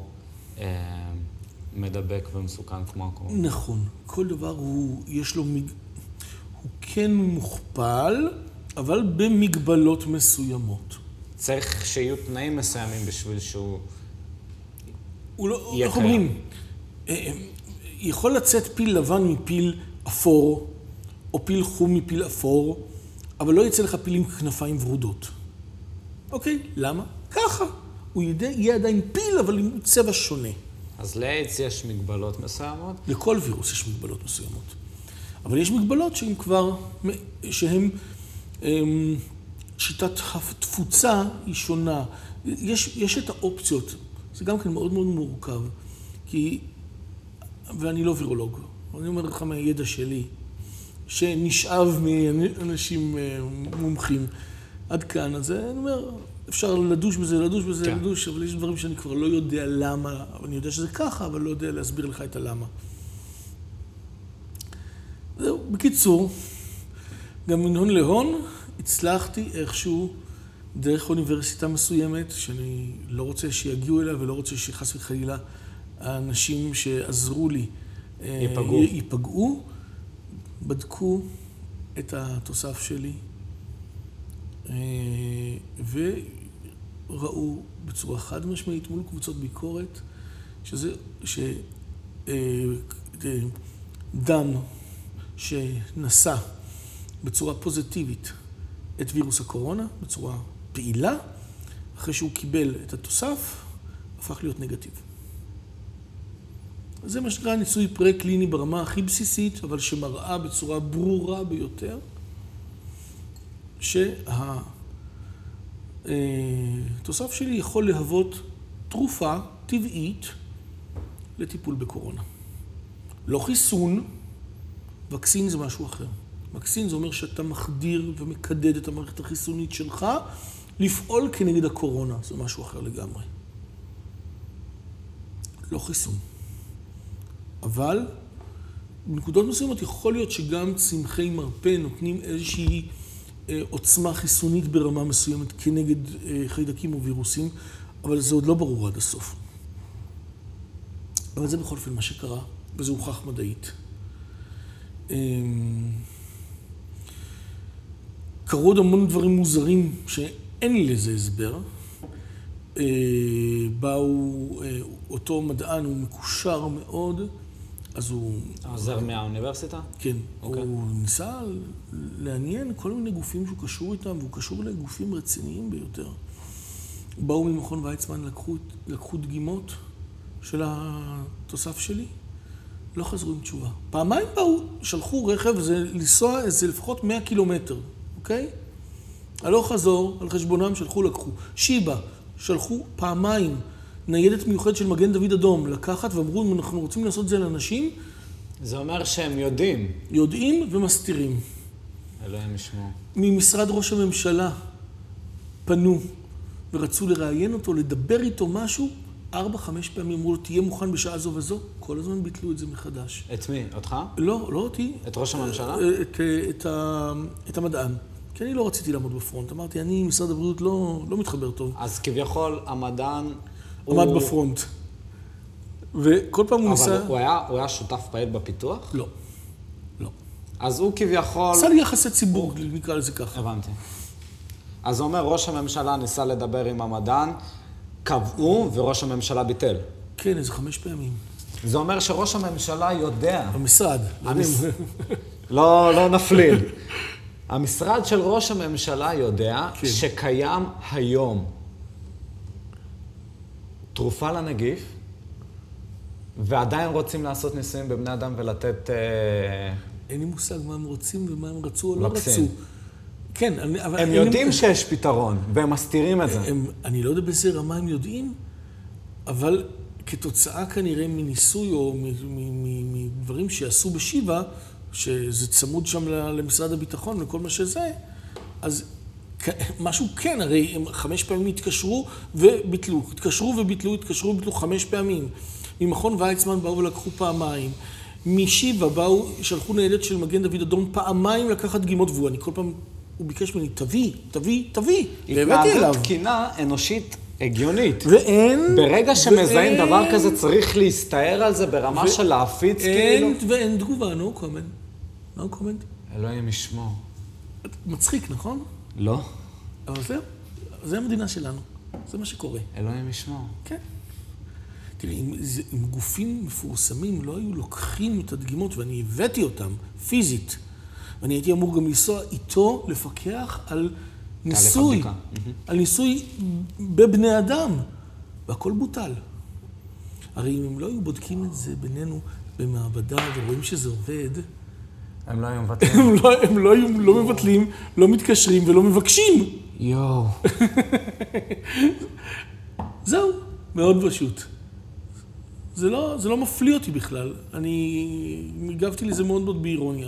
מדבק ומסוכן כמו הקורונה? נכון. כל דבר יש לו הוא כן מוכפל, אבל במגבלות מסוימות. צריך שיהיו תנאים מסוימים בשביל שהוא איך אומרים? יכול לצאת פיל לבן מפיל אפור, או פיל חום מפיל אפור, אבל לא יצא לך פיל עם כנפיים ורודות. אוקיי, למה? ככה. הוא יהיה עדיין פיל, אבל עם צבע שונה. אז לאיידס יש מגבלות מסוימות? לכל וירוס יש מגבלות מסוימות. אבל יש מגבלות שהן שיטת התפוצה היא שונה. יש את האופציות. זה גם כן מאוד מאוד מורכב. ואני לא וירולוג. אני אומר לך מהידע שלי, שנשאב מאנשים מומחים עד כאן. אז אני אומר, אפשר לדוש בזה, כן. אבל יש דברים שאני כבר לא יודע למה. אני יודע שזה ככה, אבל לא יודע להסביר לך את הלמה. זהו, בקיצור, גם מן הון להון הצלחתי איכשהו דרך אוניברסיטה מסוימת, שאני לא רוצה שיגיעו אליה ולא רוצה שחס וחלילה האנשים שעזרו לי ייפגעו, בדקו את התוסף שלי וראו בצורה חד משמעית מול קבוצות ביקורת דם שנשא בצורה פוזיטיבית את וירוס הקורונה, בצורה פעילה, אחרי שהוא קיבל את התוסף, הפך להיות נגטיב. זה מה שנקרא ניסוי פרה-קליני ברמה הכי בסיסית, אבל שמראה בצורה ברורה ביותר, שהתוסף שלי יכול להוות תרופה טבעית לטיפול בקורונה. לא חיסון, וקסין זה משהו אחר. וקסין זה אומר שאתה מחדיר ומקדד את המערכת החיסונית שלך לפעול כנגד הקורונה. זה משהו אחר לגמרי. לא חיסון. אבל בנקודות מסוימות יכול להיות שגם צמחי מרפא נותנים איזושהי עוצמה חיסונית ברמה מסוימת כנגד חיידקים או וירוסים, אבל זה עוד לא ברור עד הסוף. אבל זה בכל אופן מה שקרה, וזה הוכח מדעית. קרו עוד המון דברים מוזרים שאין לי לזה הסבר. אותו מדען הוא מקושר מאוד, אז הוא... עוזר מהאוניברסיטה? כן. הוא ניסה לעניין כל מיני גופים שהוא קשור איתם, והוא קשור לגופים רציניים ביותר. באו ממכון ויצמן, לקחו דגימות של התוסף שלי, לא חזרו עם תשובה. פעמיים באו, שלחו רכב, זה לנסוע איזה לפחות 100 קילומטר, אוקיי? הלוך חזור, על חשבונם שלחו, לקחו. שיבא, שלחו פעמיים ניידת מיוחדת של מגן דוד אדום לקחת, ואמרו, אם אנחנו רוצים לעשות את זה לאנשים... זה אומר שהם יודעים. יודעים ומסתירים. אלוהים ישמור. ממשרד ראש הממשלה פנו ורצו לראיין אותו, לדבר איתו משהו, 4-5 פעמים אמרו לו, תהיה מוכן בשעה זו וזו, כל הזמן ביטלו את זה מחדש. את מי? אותך? לא אותי. את ראש הממשלה? את המדען. כי אני לא רציתי לעמוד בפרונט. אמרתי, אני, משרד הבריאות לא מתחבר טוב. אז כביכול המדען עמד בפרונט. וכל פעם הוא ניסה... אבל הוא היה שותף פעיל בפיתוח? לא. אז הוא כביכול... עשה לי יחסי ציבור, נקרא לזה ככה. הבנתי. אז הוא אומר, ראש הממשלה ניסה לדבר עם המדען, קבעו וראש הממשלה ביטל. כן, איזה 5 פעמים. זה אומר שראש הממשלה יודע... המשרד. לא נפליל. המשרד של ראש הממשלה יודע כן. שקיים היום תרופה לנגיף, ועדיין רוצים לעשות ניסויים בבני אדם ולתת... אין לי מושג מה הם רוצים ומה הם רצו או לא וקסין. רצו. כן, אבל... הם יודעים שיש פתרון, והם מסתירים את זה. אני לא יודע באיזה רמה הם יודעים, אבל כתוצאה כנראה מניסוי או מדברים שיעשו בשיבה, שזה צמוד שם למשרד הביטחון וכל מה שזה, אז משהו כן, הרי הם 5 פעמים התקשרו וביטלו, התקשרו וביטלו 5 פעמים. ממכון ויצמן באו ולקחו פעמיים. משיבה באו, שלחו ניידת של מגן דוד אדום פעמיים לקחת דגימות, אני כל פעם, הוא ביקש ממני, תביא. התנהגות תקינה אנושית הגיונית. ואין... ברגע שמזהים דבר כזה צריך להסתער על זה ברמה של להפיץ כאילו. ואין תגובה, no comment. אלוהים ישמור. מצחיק, נכון? לא. אבל זה המדינה שלנו. זה מה שקורה. אלוהים ישמור. כן. תראי, אם גופים מפורסמים לא היו לוקחים את הדגימות, ואני הבאתי אותם פיזית, ואני הייתי אמור גם לנסוע איתו לפקח על ניסוי. על ניסוי בבני אדם. והכל בוטל. הרי אם הם לא היו בודקים את זה בינינו במעבדה ורואים שזה עובד, הם לא היו מבטלים. הם לא היו לא מבטלים, לא מתקשרים ולא מבקשים. יואו. זהו, מאוד פשוט. זה לא מפליא אותי בכלל. אני הגבתי לזה מאוד מאוד באירוניה.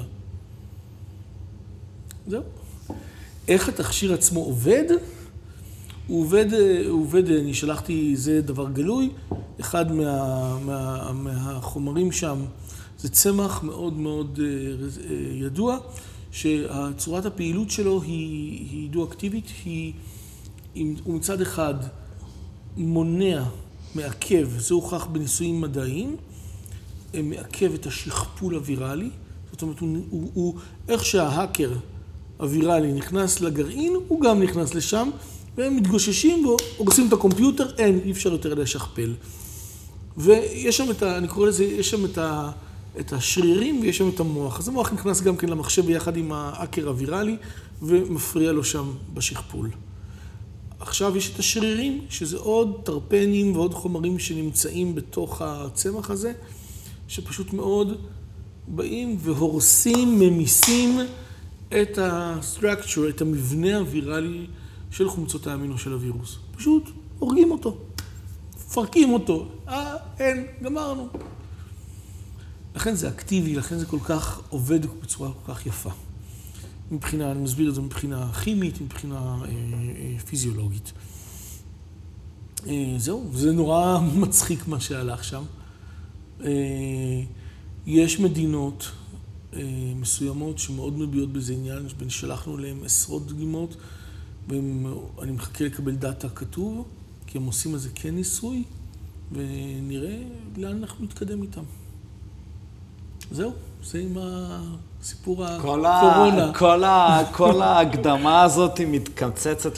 זהו. איך התכשיר עצמו עובד? הוא עובד, אני שלחתי, זה דבר גלוי. אחד מהחומרים שם, זה צמח מאוד מאוד ידוע, שצורת הפעילות שלו היא דו-אקטיבית, הוא מצד אחד מונע, מעכב, זה הוכח בניסויים מדעיים, מעכב את השכפול הוויראלי, זאת אומרת, איך שההאקר הוויראלי נכנס לגרעין, הוא גם נכנס לשם, והם מתגוששים והורסים את הקומפיוטר, אי אפשר יותר לשכפל. ויש שם אני קורא לזה, יש שם את השרירים ויש שם את המוח. אז המוח נכנס גם כן למחשב ביחד עם ההאקר הוויראלי, ומפריע לו שם בשכפול. עכשיו יש את השרירים, שזה עוד טרפנים ועוד חומרים שנמצאים בתוך הצמח הזה, שפשוט מאוד באים והורסים, ממיסים את ה-structure, את המבנה הוויראלי של חומצות האמינו של הווירוס. פשוט הורגים אותו, מפרקים אותו. אין, גמרנו. לכן זה אקטיבי, לכן זה כל כך עובד בצורה כל כך יפה. מבחינה, אני מסביר את זה מבחינה כימית, מבחינה פיזיולוגית. זהו, זה נורא מצחיק מה שהלך שם. יש מדינות מסוימות שמאוד מביעות בזה עניין, שלחנו להם 10 דגימות, ואני מחכה לקבל דאטה כתוב, כי הם עושים על זה כן ניסוי, ונראה לאן אנחנו נתקדם איתם. זהו, זה עם הסיפור הקורונה. כל ההקדמה הזאת מתקמצצת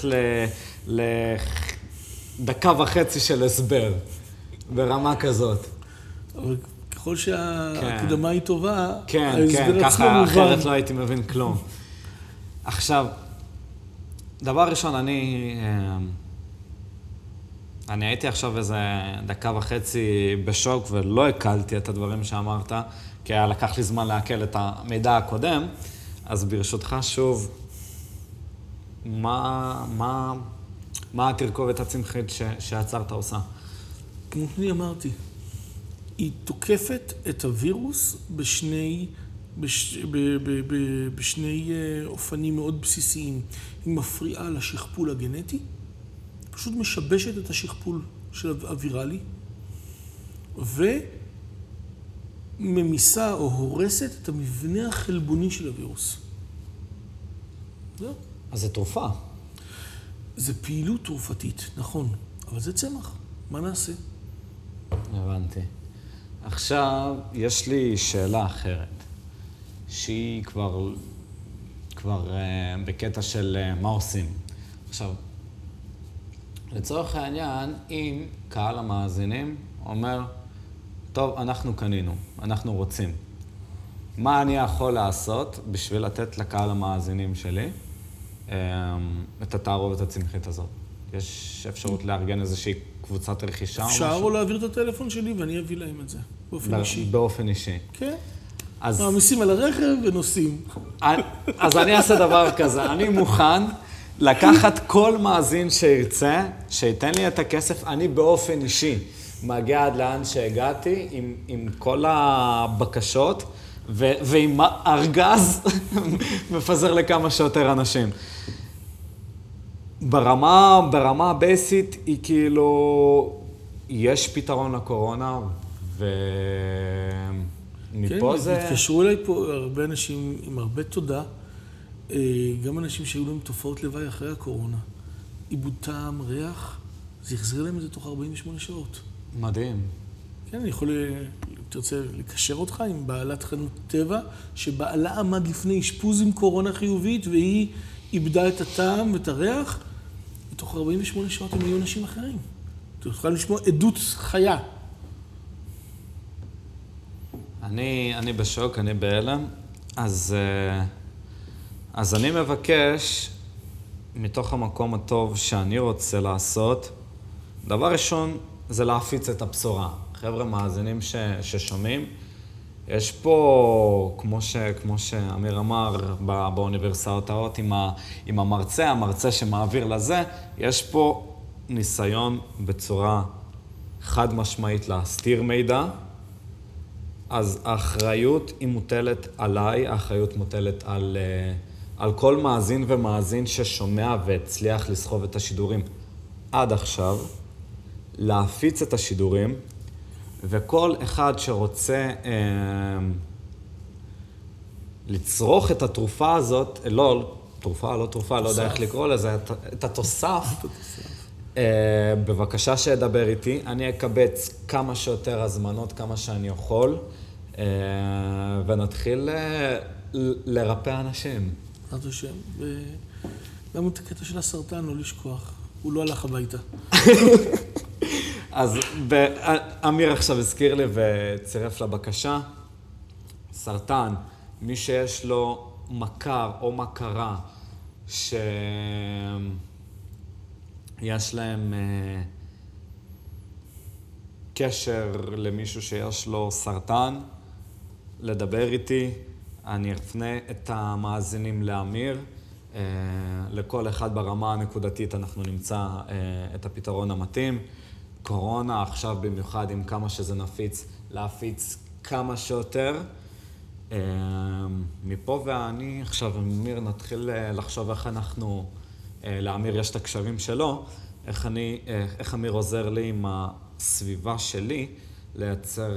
לדקה וחצי של הסבר, ברמה כזאת. אבל ככל שההקדמה היא טובה, כן, ככה אחרת לא הייתי מבין כלום. עכשיו, דבר ראשון, אני הייתי עכשיו איזה דקה וחצי בשוק ולא הקלתי את הדברים שאמרת, כי היה לקח לי זמן להקל את המידע הקודם, אז ברשותך שוב, מה התרכובת הצמחית שעצרת עושה? כמו שאני אמרתי, היא תוקפת את הווירוס בשני בשני אופנים מאוד בסיסיים. היא מפריעה לשכפול הגנטי, פשוט משבשת את השכפול של הוויראלי, וממיסה או הורסת את המבנה החלבוני של הווירוס. זהו. אז זה תרופה. זה פעילות תרופתית, נכון, אבל זה צמח. מה נעשה? הבנתי. עכשיו, יש לי שאלה אחרת, שהיא כבר בקטע של מה עושים. עכשיו, לצורך העניין, אם קהל המאזינים אומר, טוב, אנחנו קנינו, אנחנו רוצים. מה אני יכול לעשות בשביל לתת לקהל המאזינים שלי את התערובת הצמחית הזאת? יש אפשרות לארגן איזושהי קבוצת רכישה או משהו? אפשר או להעביר את הטלפון שלי ואני אביא להם את זה, באופן אישי. באופן אישי. כן. מעמיסים על הרכב ונוסעים. אז אני אעשה דבר כזה, אני מוכן לקחת כל מאזין שירצה, שייתן לי את הכסף, אני באופן אישי מגיע עד לאן שהגעתי עם כל הבקשות, ועם ארגז מפזר לכמה שיותר אנשים. ברמה הבייסית היא כאילו, יש פתרון לקורונה, ומפה זה... כן, התקשרו אליי פה הרבה אנשים עם הרבה תודה, גם אנשים שהיו להם תופעות לוואי אחרי הקורונה. עיבוד טעם, ריח, זה יחזיר להם את זה תוך 48 שעות. מדהים. כן, אני יכול, אם תרצה, לקשר אותך עם בעלת חנות טבע, שבעלה עמד לפני אשפוז עם קורונה חיובית, והיא איבדה את הטעם ואת הריח, ותוך 48 שעות הם היו אנשים אחרים. אתה יכול לשמוע עדות חיה. אני בשוק, אני בהלם. אז אני מבקש, מתוך המקום הטוב שאני רוצה לעשות, דבר ראשון זה להפיץ את הבשורה. חבר'ה מאזינים ששומעים, יש פה, כמו שאמיר אמר, באוניברסיטאות עם המרצה שמעביר לזה, יש פה ניסיון בצורה חד משמעית להסתיר מידע, אז האחריות היא מוטלת עליי, האחריות מוטלת על כל מאזין ומאזין ששומע והצליח לסחוב את השידורים עד עכשיו, להפיץ את השידורים, וכל אחד שרוצה לצרוך את התרופה הזאת, לא תרופה, לא יודע איך לקרוא לזה, את התוסף, בבקשה שידבר איתי, אני אקבץ כמה שיותר הזמנות, כמה שאני יכול, ונתחיל לרפא אנשים. עד השם, וגם את הקטע של הסרטן, לא לשכוח, הוא לא הלך הביתה. אז אמיר עכשיו הזכיר לי וצירף לבקשה, סרטן, מי שיש לו מכר או מכרה שיש להם קשר למישהו שיש לו סרטן, לדבר איתי, אני אפנה את המאזינים לאמיר, לכל אחד ברמה הנקודתית אנחנו נמצא את הפתרון המתאים. קורונה עכשיו במיוחד עם כמה שזה נפיץ, להפיץ כמה שיותר. מפה ואני עכשיו אמיר נתחיל לחשוב איך אנחנו, לאמיר יש את הקשרים שלו, איך אמיר עוזר לי עם הסביבה שלי לייצר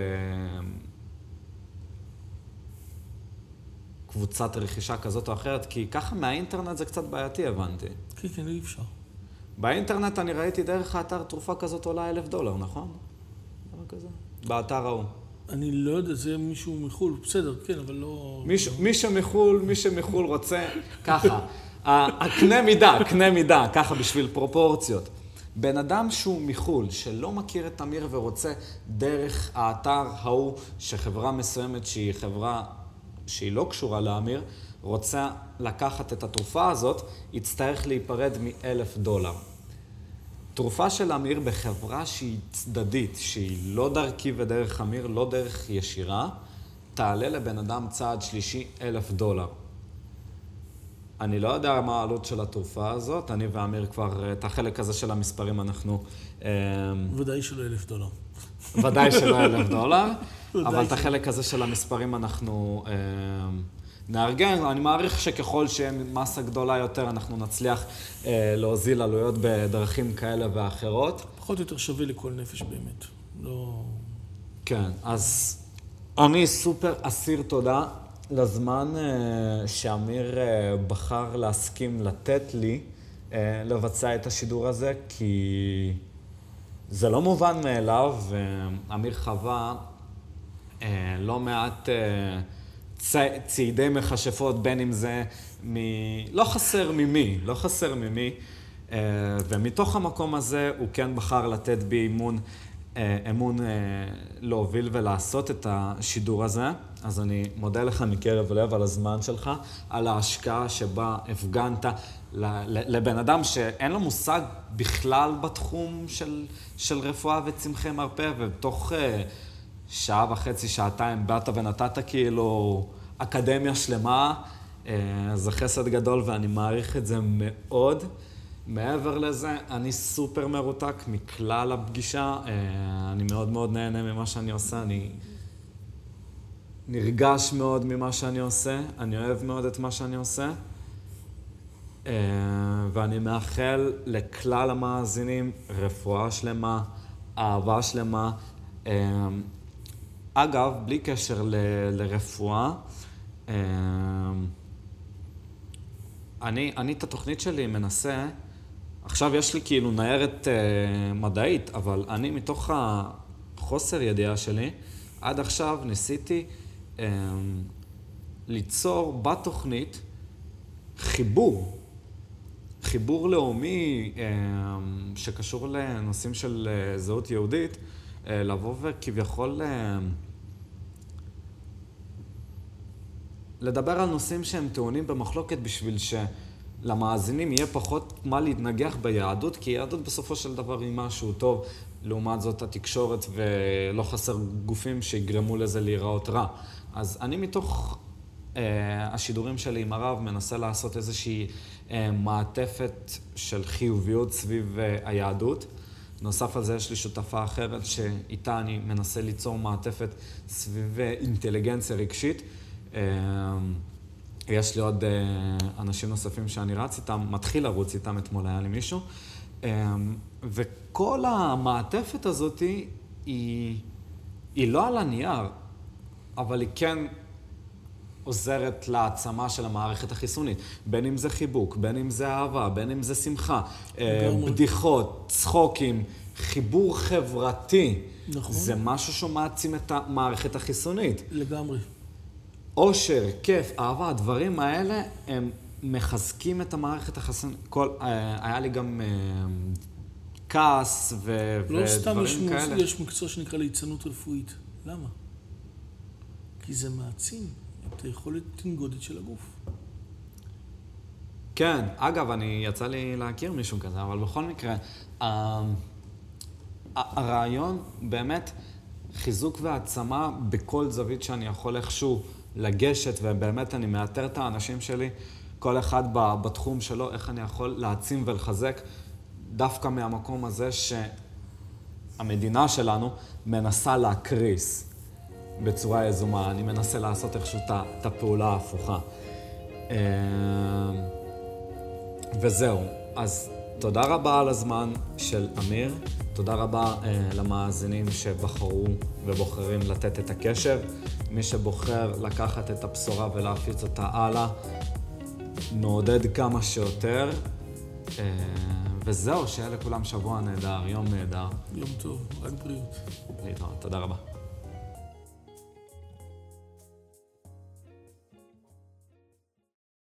קבוצת רכישה כזאת או אחרת, כי ככה מהאינטרנט זה קצת בעייתי, הבנתי. כן, אי אפשר. באינטרנט אני ראיתי דרך האתר תרופה כזאת עולה $1,000, נכון? דבר כזה. באתר ההוא. אני לא יודע, זה מישהו מחול, בסדר, כן, אבל לא... מי שמחול רוצה, ככה. קנה מידה, ככה בשביל פרופורציות. בן אדם שהוא מחול, שלא מכיר את אמיר ורוצה דרך האתר ההוא, שחברה מסוימת שהיא חברה שהיא לא קשורה לאמיר, רוצה לקחת את התרופה הזאת, יצטרך להיפרד $1,000. תרופה של אמיר בחברה שהיא צדדית, שהיא לא דרכי ודרך אמיר, לא דרך ישירה, תעלה לבן אדם צעד שלישי $1,000. אני לא יודע מה העלות של התרופה הזאת, אני ואמיר כבר, את החלק הזה של המספרים אנחנו... ודאי שלא $1,000. ודאי שלא $1,000. אבל את החלק הזה של המספרים אנחנו נארגן. אני מעריך שככל שאין מסה גדולה יותר, אנחנו נצליח להוזיל עלויות בדרכים כאלה ואחרות. פחות או יותר שווה לכל נפש באמת. לא... כן, אז אני סופר אסיר תודה לזמן שאמיר בחר להסכים לתת לי לבצע את השידור הזה, כי זה לא מובן מאליו, ואמיר חווה לא מעט צעידי מכשפות, בין אם זה לא חסר ממי, ומתוך המקום הזה הוא כן בחר לתת בי אמון להוביל ולעשות את השידור הזה. אז אני מודה לך מקרב לב על הזמן שלך, על ההשקעה שבה הפגנת לבן אדם שאין לו מושג בכלל בתחום של רפואה וצמחי מרפא, ובתוך שעה וחצי, שעתיים, באת ונתת כאילו אקדמיה שלמה. זה חסד גדול ואני מעריך את זה מאוד. מעבר לזה, אני סופר מרותק מכלל הפגישה. אני מאוד מאוד נהנה ממה שאני עושה. אני נרגש מאוד ממה שאני עושה. אני אוהב מאוד את מה שאני עושה. ואני מאחל לכלל המאזינים רפואה שלמה, אהבה שלמה. אגב, בלי קשר לרפואה, אני את התוכנית שלי מנסה, עכשיו יש לי כאילו ניירת מדעית, אבל אני מתוך החוסר ידיעה שלי, עד עכשיו ניסיתי ליצור בתוכנית חיבור לאומי שקשור לנושאים של זהות יהודית, לבוא וכביכול לדבר על נושאים שהם טעונים במחלוקת בשביל שלמאזינים יהיה פחות מה להתנגח ביהדות, כי יהדות בסופו של דבר היא משהו טוב, לעומת זאת התקשורת ולא חסר גופים שיגרמו לזה להיראות רע. אז אני מתוך השידורים שלי עם הרב מנסה לעשות איזושהי מעטפת של חיוביות סביב היהדות. נוסף על זה יש לי שותפה אחרת שאיתה אני מנסה ליצור מעטפת סביב אינטליגנציה רגשית. יש לי עוד אנשים נוספים שאני רץ איתם, מתחיל לרוץ איתם, אתמול היה לי מישהו. וכל המעטפת הזאת היא לא על הנייר, אבל היא כן עוזרת להעצמה של המערכת החיסונית. בין אם זה חיבוק, בין אם זה אהבה, בין אם זה שמחה, בדיחות, צחוקים, חיבור חברתי. נכון. זה משהו שמעצים את המערכת החיסונית. לגמרי. אושר, כיף, אהבה, הדברים האלה הם מחזקים את המערכת החיסונית. היה לי גם כעס לא סתם ודברים כאלה. יש מקצוע שנקרא ליצנות רפואית. למה? כי זה מעצים את היכולת תנגודת של הגוף. כן, אגב, יצא לי להכיר מישהו כזה, אבל בכל מקרה, הרעיון באמת חיזוק והעצמה בכל זווית שאני יכול איכשהו לגשת, ובאמת אני מאתר את האנשים שלי, כל אחד בתחום שלו, איך אני יכול להעצים ולחזק, דווקא מהמקום הזה שהמדינה שלנו מנסה להקריס בצורה יזומה. אני מנסה לעשות איכשהו את הפעולה ההפוכה. וזהו. אז תודה רבה על הזמן של אמיר. תודה רבה למאזינים שבחרו ובוחרים לתת את הקשב. מי שבוחר לקחת את הבשורה ולהפיץ אותה הלאה, נעודד כמה שיותר. וזהו, שיהיה לכולם שבוע נהדר, יום נהדר. יום טוב, רק בריאות. להתראות, תודה רבה.